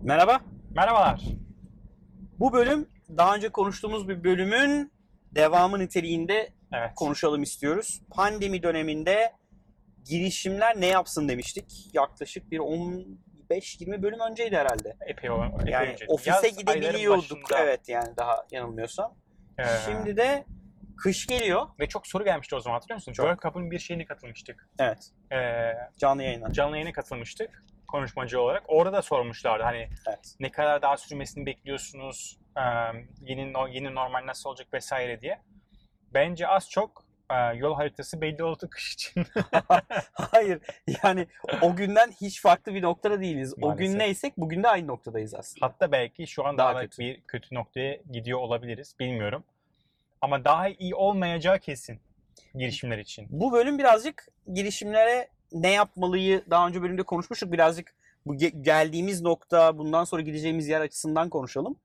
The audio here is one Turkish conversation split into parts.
Merhaba. Merhabalar. Bu bölüm daha önce konuştuğumuz bir bölümün devamı niteliğinde Evet. konuşalım istiyoruz. Pandemi döneminde girişimler ne yapsın demiştik. Yaklaşık bir 15-20 bölüm önceydi herhalde. Epey Yani önce. ofise Yaz ayların gidebiliyorduk. başında. Evet, yani daha yanılmıyorsam. Ee, Şimdi de kış geliyor. Ve çok soru gelmişti o zaman, hatırlıyor musun? Çok. World Cup'ın bir şeyine katılmıştık. Evet. Ee, Canlı yayına. Canlı yayına katılmıştık konuşmacı olarak. Orada da sormuşlardı hani Evet. ne kadar daha sürmesini bekliyorsunuz, yeni normal nasıl olacak vesaire diye. Bence az çok yol haritası belli oldu kış için. Hayır. Yani o günden hiç farklı bir noktada değiliz. O Maalesef. gün neysek bugün de aynı noktadayız aslında. Hatta belki şu an Daha daha kötü. bir kötü noktaya gidiyor olabiliriz. Bilmiyorum. Ama daha iyi olmayacağı kesin girişimler için. Bu bölüm birazcık girişimlere ne yapmalıyı daha önce bölümde konuşmuştuk. Birazcık bu geldiğimiz nokta, bundan sonra gideceğimiz yer açısından konuşalım.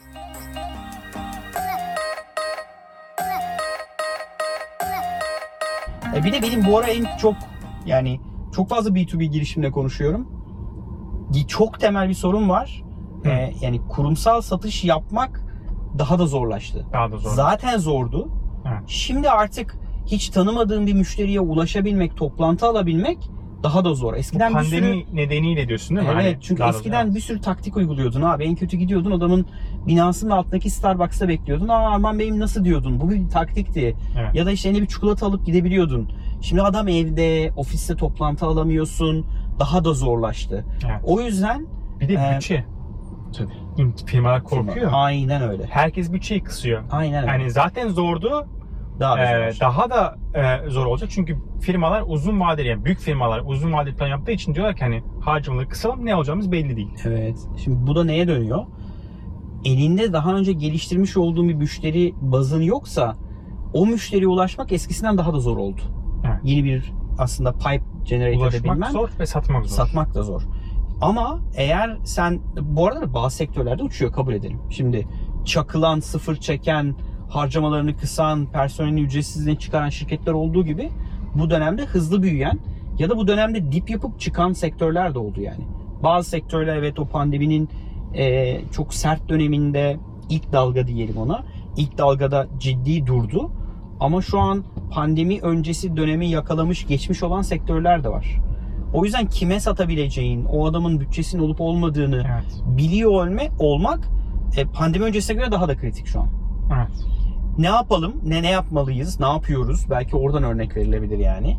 Bir de benim bu ara en çok çok fazla B2B girişimle konuşuyorum. Çok temel bir sorun var. Yani kurumsal satış yapmak daha da zorlaştı. Daha da zor. Zaten zordu. Evet. Şimdi artık hiç tanımadığın bir müşteriye ulaşabilmek, toplantı alabilmek daha da zor. Eskiden Bu bir sürü... pandemi nedeniyle diyorsun değil mi? Evet, Hani çünkü daha da eskiden zor. bir sürü taktik uyguluyordun abi. En kötü gidiyordun, adamın binasının altındaki Starbucks'ta bekliyordun. Arman Bey'im nasıl diyordun? Bu bir taktikti. Evet. Ya da işte eline bir çikolata alıp gidebiliyordun. Şimdi adam evde, ofiste toplantı alamıyorsun. Daha da zorlaştı. Evet. O yüzden... Bir de bütçe. Tabii. Firmalar korkuyor. Aynen öyle. Herkes bütçeyi kısıyor. Aynen öyle. Yani zaten zordu. Daha da zor. Daha da zor olacak. Çünkü firmalar uzun vadeli, yani büyük firmalar uzun vadeli plan yaptığı için diyorlar ki hani harcamaları kısalım, ne olacağımız belli değil. Evet. Şimdi bu da neye dönüyor? Elinde daha önce geliştirmiş olduğun bir müşteri bazın yoksa o müşteriye ulaşmak eskisinden daha da zor oldu. Evet. Yeni bir aslında pipe generate Ulaşmak edebilmen, zor ve satmak zor. satmak da zor. Ama eğer sen, bu arada bazı sektörlerde uçuyor, kabul edelim. Şimdi çakılan, sıfır çeken, harcamalarını kısan, personelini ücretsizliğine çıkaran şirketler olduğu gibi bu dönemde hızlı büyüyen ya da bu dönemde dip yapıp çıkan sektörler de oldu yani. Bazı sektörler evet o pandeminin çok sert döneminde ilk dalga diyelim ona. İlk dalgada ciddi durdu. Ama şu an pandemi öncesi dönemi yakalamış, geçmiş olan sektörler de var. O yüzden kime satabileceğin, o adamın bütçesinin olup olmadığını biliyor olmak pandemi öncesine göre daha da kritik şu an. Evet. Ne yapalım, ne yapmalıyız, ne yapıyoruz? Belki oradan örnek verilebilir yani.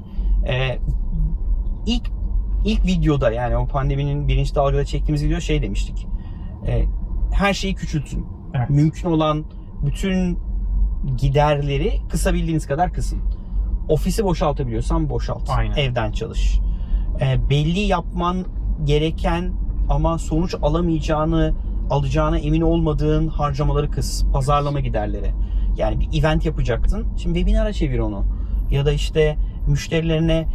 İlk videoda, yani o pandeminin birinci dalgada çektiğimiz video şey demiştik. Her şeyi küçültün. Evet. Mümkün olan bütün giderleri kısabildiğiniz kadar kısın. Ofisi boşaltabiliyorsan boşalt. Aynen. Evden çalış. Belli yapman gereken ama sonuç alacağına emin olmadığın harcamaları kıs. Pazarlama giderleri. Yani bir event yapacaktın. Şimdi webinara çevir onu. Ya da işte müşterilerine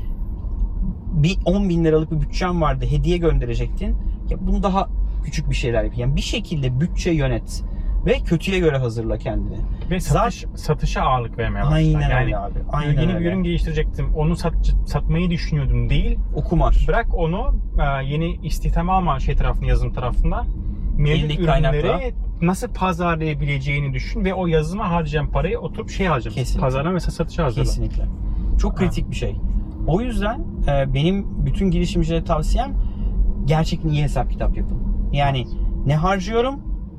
bir 10 bin liralık bir bütçen vardı. Hediye gönderecektin. Ya bunu daha küçük bir şeyler yap. Yani bir şekilde bütçe yönet. Ve kötüye göre hazırla kendini. Ve satışa ağırlık vermeye başla. Aynen yani öyle abi. Aynen yeni bir öyle. ürün geliştirecektim. Onu satmayı düşünüyordum değil. Okumar. Bırak onu yeni istihdam alma tarafını, yazılım tarafında. Mevcut Elindeki ürünleri kaynakla nasıl pazarlayabileceğini düşün ve o yazılıma harcayan parayı oturup harcayacağım. Kesinlikle. Pazarlama ve satışa hazırla. Kesinlikle. Çok kritik bir şey. O yüzden benim bütün girişimcilere tavsiyem gerçekten iyi hesap kitap yapın. Yani ne harcıyorum,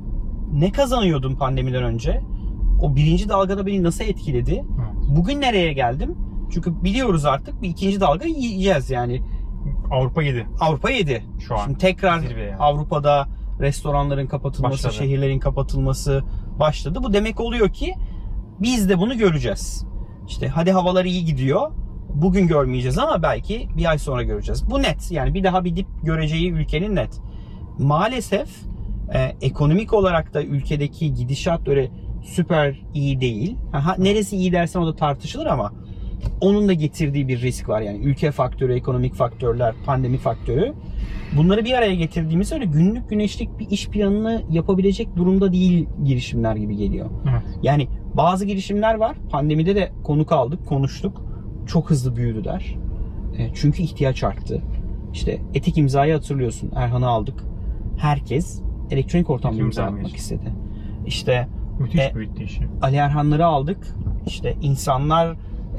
ne kazanıyordum pandemiden önce, o birinci dalgada beni nasıl etkiledi, Evet. bugün nereye geldim? Çünkü biliyoruz artık bir ikinci dalga yiyeceğiz yani. Avrupa 7 Avrupa yedi. şu an. Şimdi tekrar Zirve yani. Avrupa'da restoranların kapatılması, Başladı. şehirlerin kapatılması başladı. Bu demek oluyor ki biz de bunu göreceğiz. İşte hadi havalar iyi gidiyor. Bugün görmeyeceğiz ama belki bir ay sonra göreceğiz. Bu net. Yani bir daha bir dip göreceği ülkenin net. Maalesef ekonomik olarak da ülkedeki gidişat öyle süper iyi değil. Neresi iyi dersen o da tartışılır ama onun da getirdiği bir risk var. Yani ülke faktörü, ekonomik faktörler, pandemi faktörü. Bunları bir araya getirdiğimiz öyle günlük güneşlik bir iş planını yapabilecek durumda değil girişimler gibi geliyor. Evet. Yani bazı girişimler var. Pandemide de konuk aldık, konuştuk. Çok hızlı büyüdüler. Çünkü ihtiyaç arttı. İşte Etik İmza'yı hatırlıyorsun. Erhan'ı aldık. herkes elektronik ortamda İki imza imza atmak geç. istedi. İşte Müthiş büyüttü işi. Ali Erhanları aldık. İşte insanlar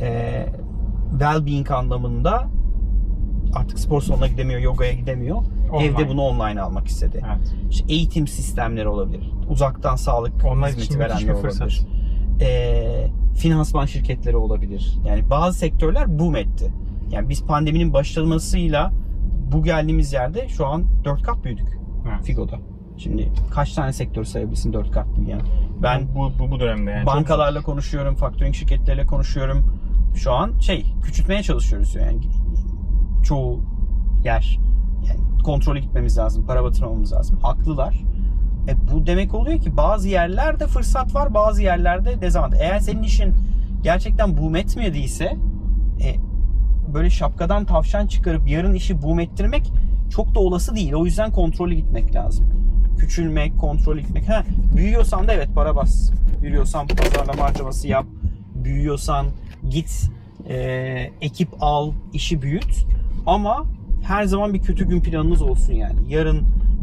well-being anlamında artık spor salonuna gidemiyor, yogaya gidemiyor. Online. Evde bunu online almak istedi. Evet. İşte eğitim sistemleri olabilir. Uzaktan sağlık Onlar hizmeti için müthiş verenler bir fırsat. olabilir. Finansman şirketleri olabilir. Yani bazı sektörler boom etti. Yani biz pandeminin başlamasıyla bu geldiğimiz yerde şu an 4 kat büyüdük Evet. Figo'da. Şimdi kaç tane sektör sayabilirsin 4 kat büyüyen? Ben bu dönemde yani. bankalarla konuşuyorum, factoring şirketleriyle konuşuyorum. Şu an küçültmeye çalışıyoruz yani. Çoğu yer. Yani kontrole gitmemiz lazım, para batırmamamız lazım. Haklılar. Bu demek oluyor ki bazı yerlerde fırsat var, bazı yerlerde dezavantaj. Eğer senin işin gerçekten boom etmediyse böyle şapkadan tavşan çıkarıp yarın işi boom ettirmek çok da olası değil. O yüzden kontrollü gitmek lazım. Küçülmek, kontrollü gitmek. Büyüyorsan da evet para bas. Büyüyorsan pazarlama harcaması yap. Büyüyorsan git ekip al, işi büyüt. Ama her zaman bir kötü gün planınız olsun yani. Yarın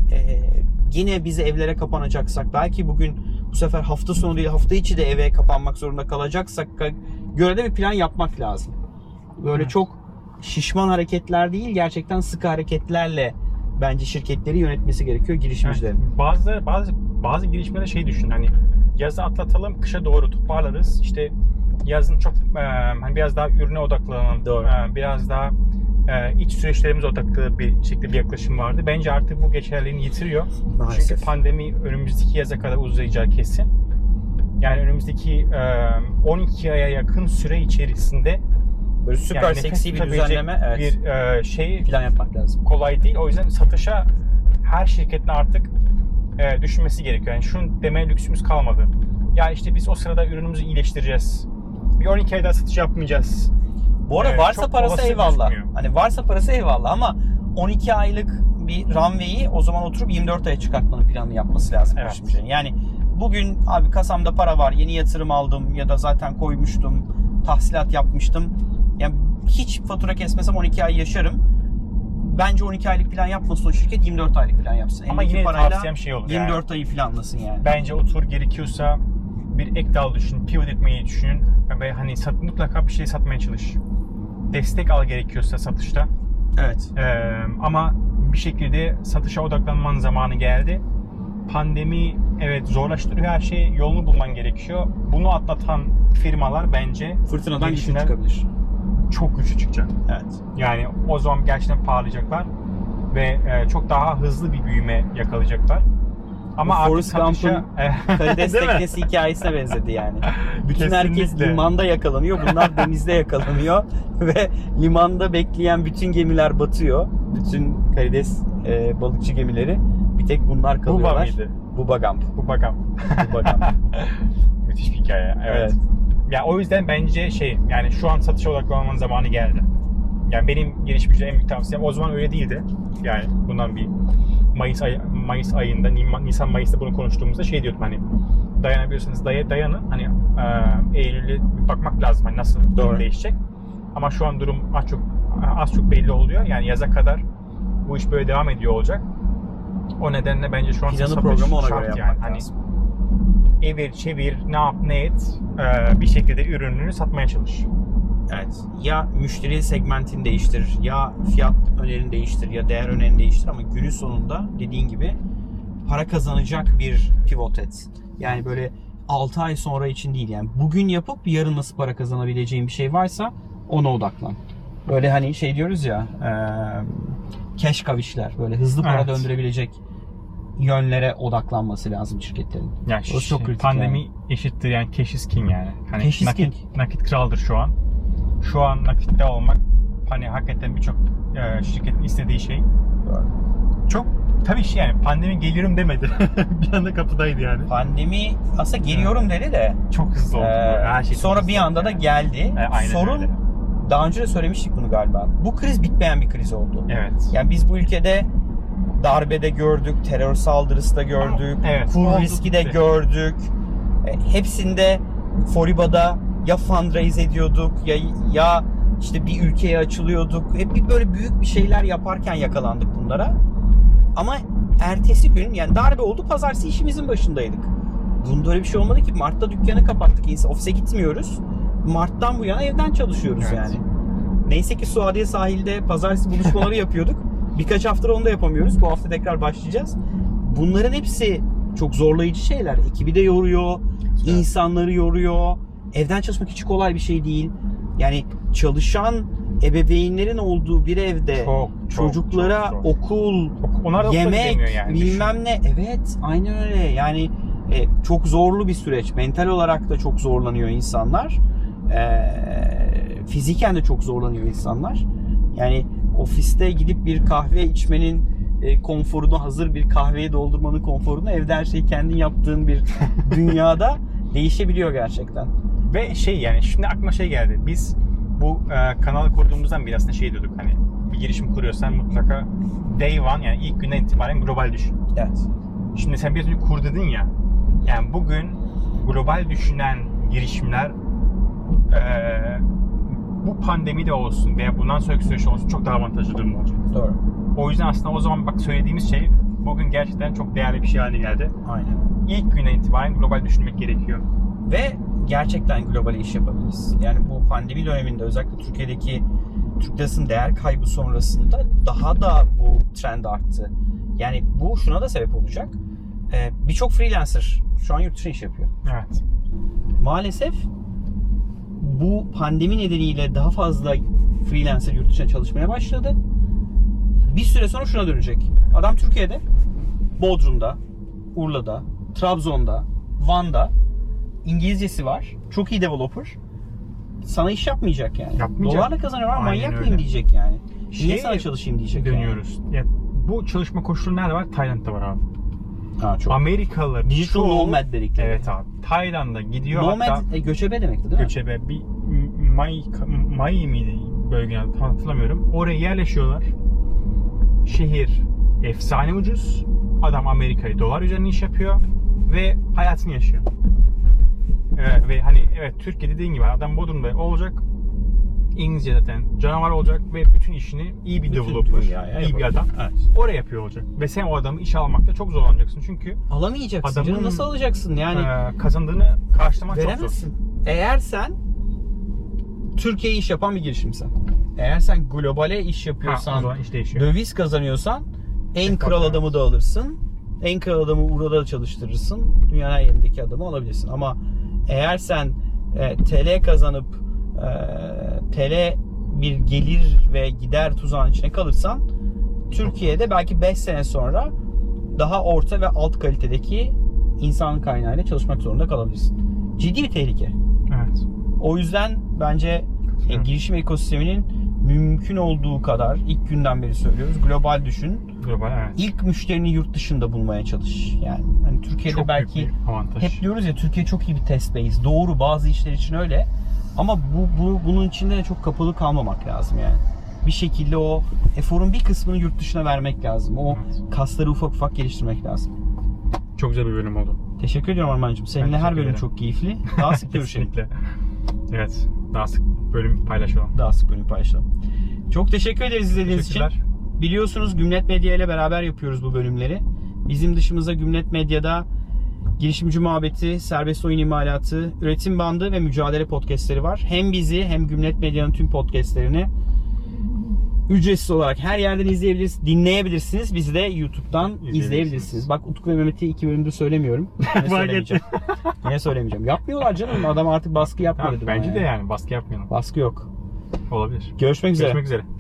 yine biz evlere kapanacaksak, belki bugün bu sefer hafta sonu değil hafta içi de eve kapanmak zorunda kalacaksak göre de bir plan yapmak lazım. Böyle çok şişman hareketler değil, gerçekten sıkı hareketlerle bence şirketleri yönetmesi gerekiyor girişimcilerin. Yani bazı girişimlere düşün, hani yazı atlatalım, kışa doğru toparlarız. İşte yazın çok hani biraz daha ürüne odaklanalım. Doğru. Biraz daha iç süreçlerimize odaklı bir şekilde bir yaklaşım vardı. Bence artık bu geçerliliğini yitiriyor. Maalesef. Çünkü pandemi önümüzdeki yaza kadar uzayacağı kesin. Yani önümüzdeki 12 aya yakın süre içerisinde Böyle süper yani seksi bir nefes tutabilecek düzenleme, bir plan yapmak lazım. kolay değil. O yüzden satışa her şirketin artık düşünmesi gerekiyor. Yani şunu demeye lüksümüz kalmadı. Ya işte biz o sırada ürünümüzü iyileştireceğiz. Bir 12 ay daha satış yapmayacağız. Bu arada varsa çok parası olası eyvallah. gözükmüyor. Hani varsa parası eyvallah ama 12 aylık bir runway'i o zaman oturup 24 aya çıkartmanın planını yapması lazım. Evet. girişimcinin. Yani bugün abi kasamda para var, yeni yatırım aldım ya da zaten koymuştum, tahsilat yapmıştım. Yani hiç fatura kesmesem 12 ay yaşarım. Bence 12 aylık plan yapmasın o şirket, 24 aylık plan yapsın. Ama Elindeki yine parayla tavsiyem olur 24 ayı planlasın yani. Bence otur, gerekiyorsa bir ek dal düşün, pivot etmeyi düşünün ve hani mutlaka bir şey satmaya çalış. Destek al gerekiyorsa satışta. Evet. Ama bir şekilde satışa odaklanmanın zamanı geldi. Pandemi evet zorlaştırıyor her şeyi, yolunu bulman gerekiyor. Bunu atlatan firmalar bence Fırtınadan güçlü girişimler çıkabilir. çok güçlü çıkacak. Evet. Yani o zaman gerçekten parlayacaklar ve çok daha hızlı bir büyüme yakalayacaklar. Ama Bu artık Forrest satışa Karides Değil mi? teknesi hikayesine benzedi yani. Bütün herkes Kesinlikle. limanda yakalanıyor. Bunlar denizde yakalanıyor. Ve limanda bekleyen bütün gemiler batıyor. Bütün karides balıkçı gemileri. Bir tek bunlar kalıyorlar. Buba mıydı? Bubagamp. Bubagam. Bubagamp. Müthiş bir hikaye. Evet. Ya o yüzden bence yani şu an satışa odaklanmanın zamanı geldi. Yani benim girişimcilere en büyük tavsiyem, o zaman öyle değildi. Yani bundan bir Mayıs ayında, Nisan-Mayıs'ta bunu konuştuğumuzda diyordum, hani dayanabiliyorsanız dayanın. Hani Eylül'e bir bakmak lazım, hani nasıl durum değişecek. Ama şu an durum az çok belli oluyor. Yani yaza kadar bu iş böyle devam ediyor olacak. O nedenle bence şu an Planı satış programı ona şart göre yani. yapmak Hani lazım. evir çevir ne yap ne et bir şekilde ürününü satmaya çalış. Evet. Ya müşteri segmentini değiştir, ya fiyat önerini değiştir, ya değer önerini değiştir ama günün sonunda dediğin gibi para kazanacak bir pivot et. Yani böyle 6 ay sonra için değil yani. Bugün yapıp yarın nasıl para kazanabileceğin bir şey varsa ona odaklan. Böyle hani diyoruz ya, cash cow işler, böyle hızlı para döndürebilecek yönlere odaklanması lazım şirketlerin. Yani Orası çok kritik pandemi yani. eşittir yani cash is king yani. Hani Cash is king. nakit kraldır şu an. Şu an nakitte olmak hani hakikaten birçok şirketin istediği şey. Doğru. Çok tabii yani pandemi geliyorum demedi. Bir anda kapıdaydı yani. Pandemi aslında geliyorum dedi de Çok hızlı oldu. Her şey çok sonra hızlı bir anda oldu da yani. geldi. Aynen Sorun, öyle. daha önce de söylemiştik bunu galiba. Bu kriz bitmeyen bir kriz oldu. Evet. Yani biz bu ülkede darbede gördük, terör saldırısı da gördük, Evet, kur oldu riski de bitti. gördük. Hepsinde Foriba'da ya fundraise ediyorduk ya işte bir ülkeye açılıyorduk. Hep böyle büyük bir şeyler yaparken yakalandık bunlara. Ama ertesi gün yani darbe oldu, pazartesi işimizin başındaydık. Bunda öyle bir şey olmadı ki. Mart'ta dükkanı kapattık. Ofise gitmiyoruz. Mart'tan bu yana evden çalışıyoruz yani. Neyse ki Suadiye sahilde pazartesi buluşmaları yapıyorduk. Birkaç haftadır onu da yapamıyoruz. Bu hafta tekrar başlayacağız. Bunların hepsi çok zorlayıcı şeyler. Ekibi de yoruyor, insanları yoruyor. Evden çalışmak hiç kolay bir şey değil. Yani çalışan ebeveynlerin olduğu bir evde çocuklara çok okul, yemek, yani, bilmem ne. Evet, aynen öyle. Yani çok zorlu bir süreç. Mental olarak da çok zorlanıyor insanlar. Fiziken de çok zorlanıyor insanlar. Yani ofiste gidip bir kahve içmenin konforunu, hazır bir kahveyi doldurmanın konforunu evde her şeyi kendin yaptığın bir dünyada değişebiliyor gerçekten. Ve yani şimdi aklıma geldi. Biz bu kanalı kurduğumuzdan beri aslında diyorduk, hani bir girişim kuruyorsan mutlaka day one, yani ilk günden itibaren global düşün. Evet. Şimdi sen biraz önce kur dedin ya. Yani bugün global düşünen girişimler bu pandemide olsun veya bundan sonraki süreçte olsun çok daha avantajlı durumda olacak. Doğru. O yüzden aslında o zaman bak söylediğimiz şey bugün gerçekten çok değerli bir şey haline geldi. Aynen. İlk günden itibaren global düşünmek gerekiyor. Ve gerçekten global iş yapabiliriz. Yani bu pandemi döneminde özellikle Türkiye'deki Türk lirasının değer kaybı sonrasında daha da bu trend arttı. Yani bu şuna da sebep olacak. Birçok freelancer şu an yurt dışı iş yapıyor. Evet. Maalesef bu pandemi nedeniyle daha fazla freelancer yurt dışına çalışmaya başladı. Bir süre sonra şuna dönecek. Adam Türkiye'de, Bodrum'da, Urla'da, Trabzon'da, Van'da İngilizcesi var. Çok iyi developer. Sana iş yapmayacak yani. Yapmayacak. Dolarla kazanıyorlar. Aynen Manyak öyle. mıyım diyecek yani. Niye sana çalışayım diyecek dönüyoruz. Yani. Ya, bu çalışma koşulu nerede var? Tayland'da var abi. Ha, çok. Amerikalılar Digital nomad dedikleri. Evet abi. Tayland'a gidiyor. Nomad hatta göçebe demekti değil mi? Göçebe. Bir Miami'ydi bölge, hatırlamıyorum. Oraya yerleşiyorlar. Şehir efsane ucuz. Adam Amerika'yı dolar üzerine iş yapıyor ve hayatını yaşıyor. Ve hani evet, Türkiye dediğin gibi adam Bodrum'da olacak. İngilizce zaten canavar olacak ve bütün işini iyi bir developer, iyi bir adam oraya yapıyor olacak. Ve sen o adamı işe almakta çok zorlanacaksın çünkü alamayacaksın. Canım, nasıl alacaksın yani? Kazandığını karşılamak veremezsin. Çok zor. Eğer sen Türkiye'ye iş yapan bir girişimsen, eğer sen globale iş yapıyorsan, döviz kazanıyorsan en kral adamı da alırsın. En kral adamı burada çalıştırırsın. Dünyanın her yerindeki adamı alabilirsin. Ama eğer sen TL kazanıp TL bir gelir ve gider tuzağın içine kalırsan Türkiye'de belki 5 sene sonra daha orta ve alt kalitedeki insan kaynağıyla çalışmak zorunda kalabilirsin. Ciddi bir tehlike. Evet. O yüzden bence girişim ekosisteminin mümkün olduğu kadar ilk günden beri söylüyoruz. Global düşün. Global, evet. İlk müşterini yurt dışında bulmaya çalış. Yani hani Türkiye'de çok belki avantaj. Hep diyoruz ya, Türkiye çok iyi bir test base. Doğru, bazı işler için öyle. Ama bunun içinde de çok kapalı kalmamak lazım yani. Bir şekilde o eforun bir kısmını yurt dışına vermek lazım. O kasları ufak ufak geliştirmek lazım. Çok güzel bir bölüm oldu. Teşekkür ediyorum Armancığım. Seninle her bölüm çok keyifli. Daha sık görüşelim. Evet. Daha sık bölüm paylaşalım. Çok teşekkür ederiz izlediğiniz için. Biliyorsunuz Gümlet Medya ile beraber yapıyoruz bu bölümleri. Bizim dışımızda Gümlet Medya'da Girişimci Muhabbeti, Serbest Oyun İmalatı, Üretim Bandı ve Mücadele podcastleri var. Hem bizi hem Gümlet Medya'nın tüm podcastlerini ücretsiz olarak her yerden dinleyebilirsiniz. Bizi de YouTube'dan izleyebilirsiniz. Bak, Utku ve Mehmet'i 2 bölümdür söylemiyorum. Yine söylemeyeceğim. Yapmıyorlar canım. Adam artık baskı yapmıyor dedi. Bence de yani baskı yapmayalım. Baskı yok. Olabilir. Görüşmek üzere. Görüşmek üzere.